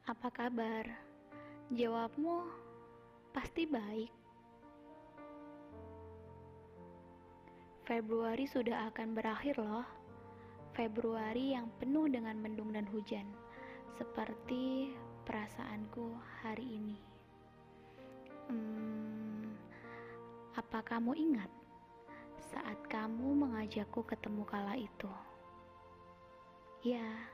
Apa kabar? Jawabmu pasti baik. Februari sudah akan berakhir loh. Februari yang penuh dengan mendung dan hujan, seperti perasaanku hari ini. Apa kamu ingat saat kamu mengajakku ketemu kala itu? Ya.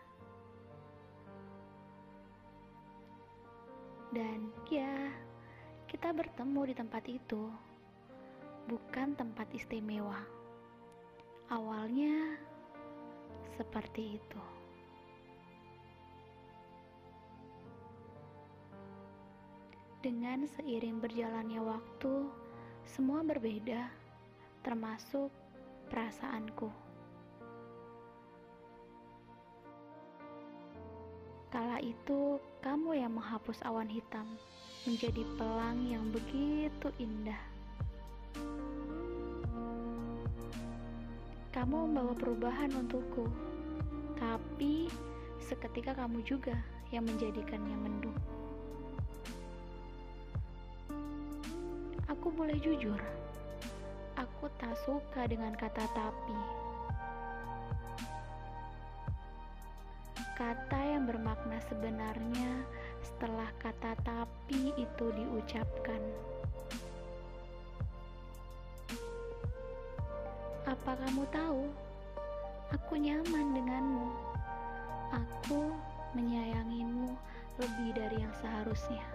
Dan ya, kita bertemu di tempat itu, bukan tempat istimewa. Awalnya seperti itu. Dengan seiring berjalannya waktu, semua berbeda, termasuk perasaanku. Kala itu, kamu yang menghapus awan hitam menjadi pelang yang begitu indah. Kamu membawa perubahan untukku, tapi seketika kamu juga yang menjadikannya mendung. Aku boleh jujur, aku tak suka dengan kata tapi. Kata yang bermakna sebenarnya setelah kata tapi itu diucapkan. Apa kamu tahu? Aku nyaman denganmu. Aku menyayangimu lebih dari yang seharusnya.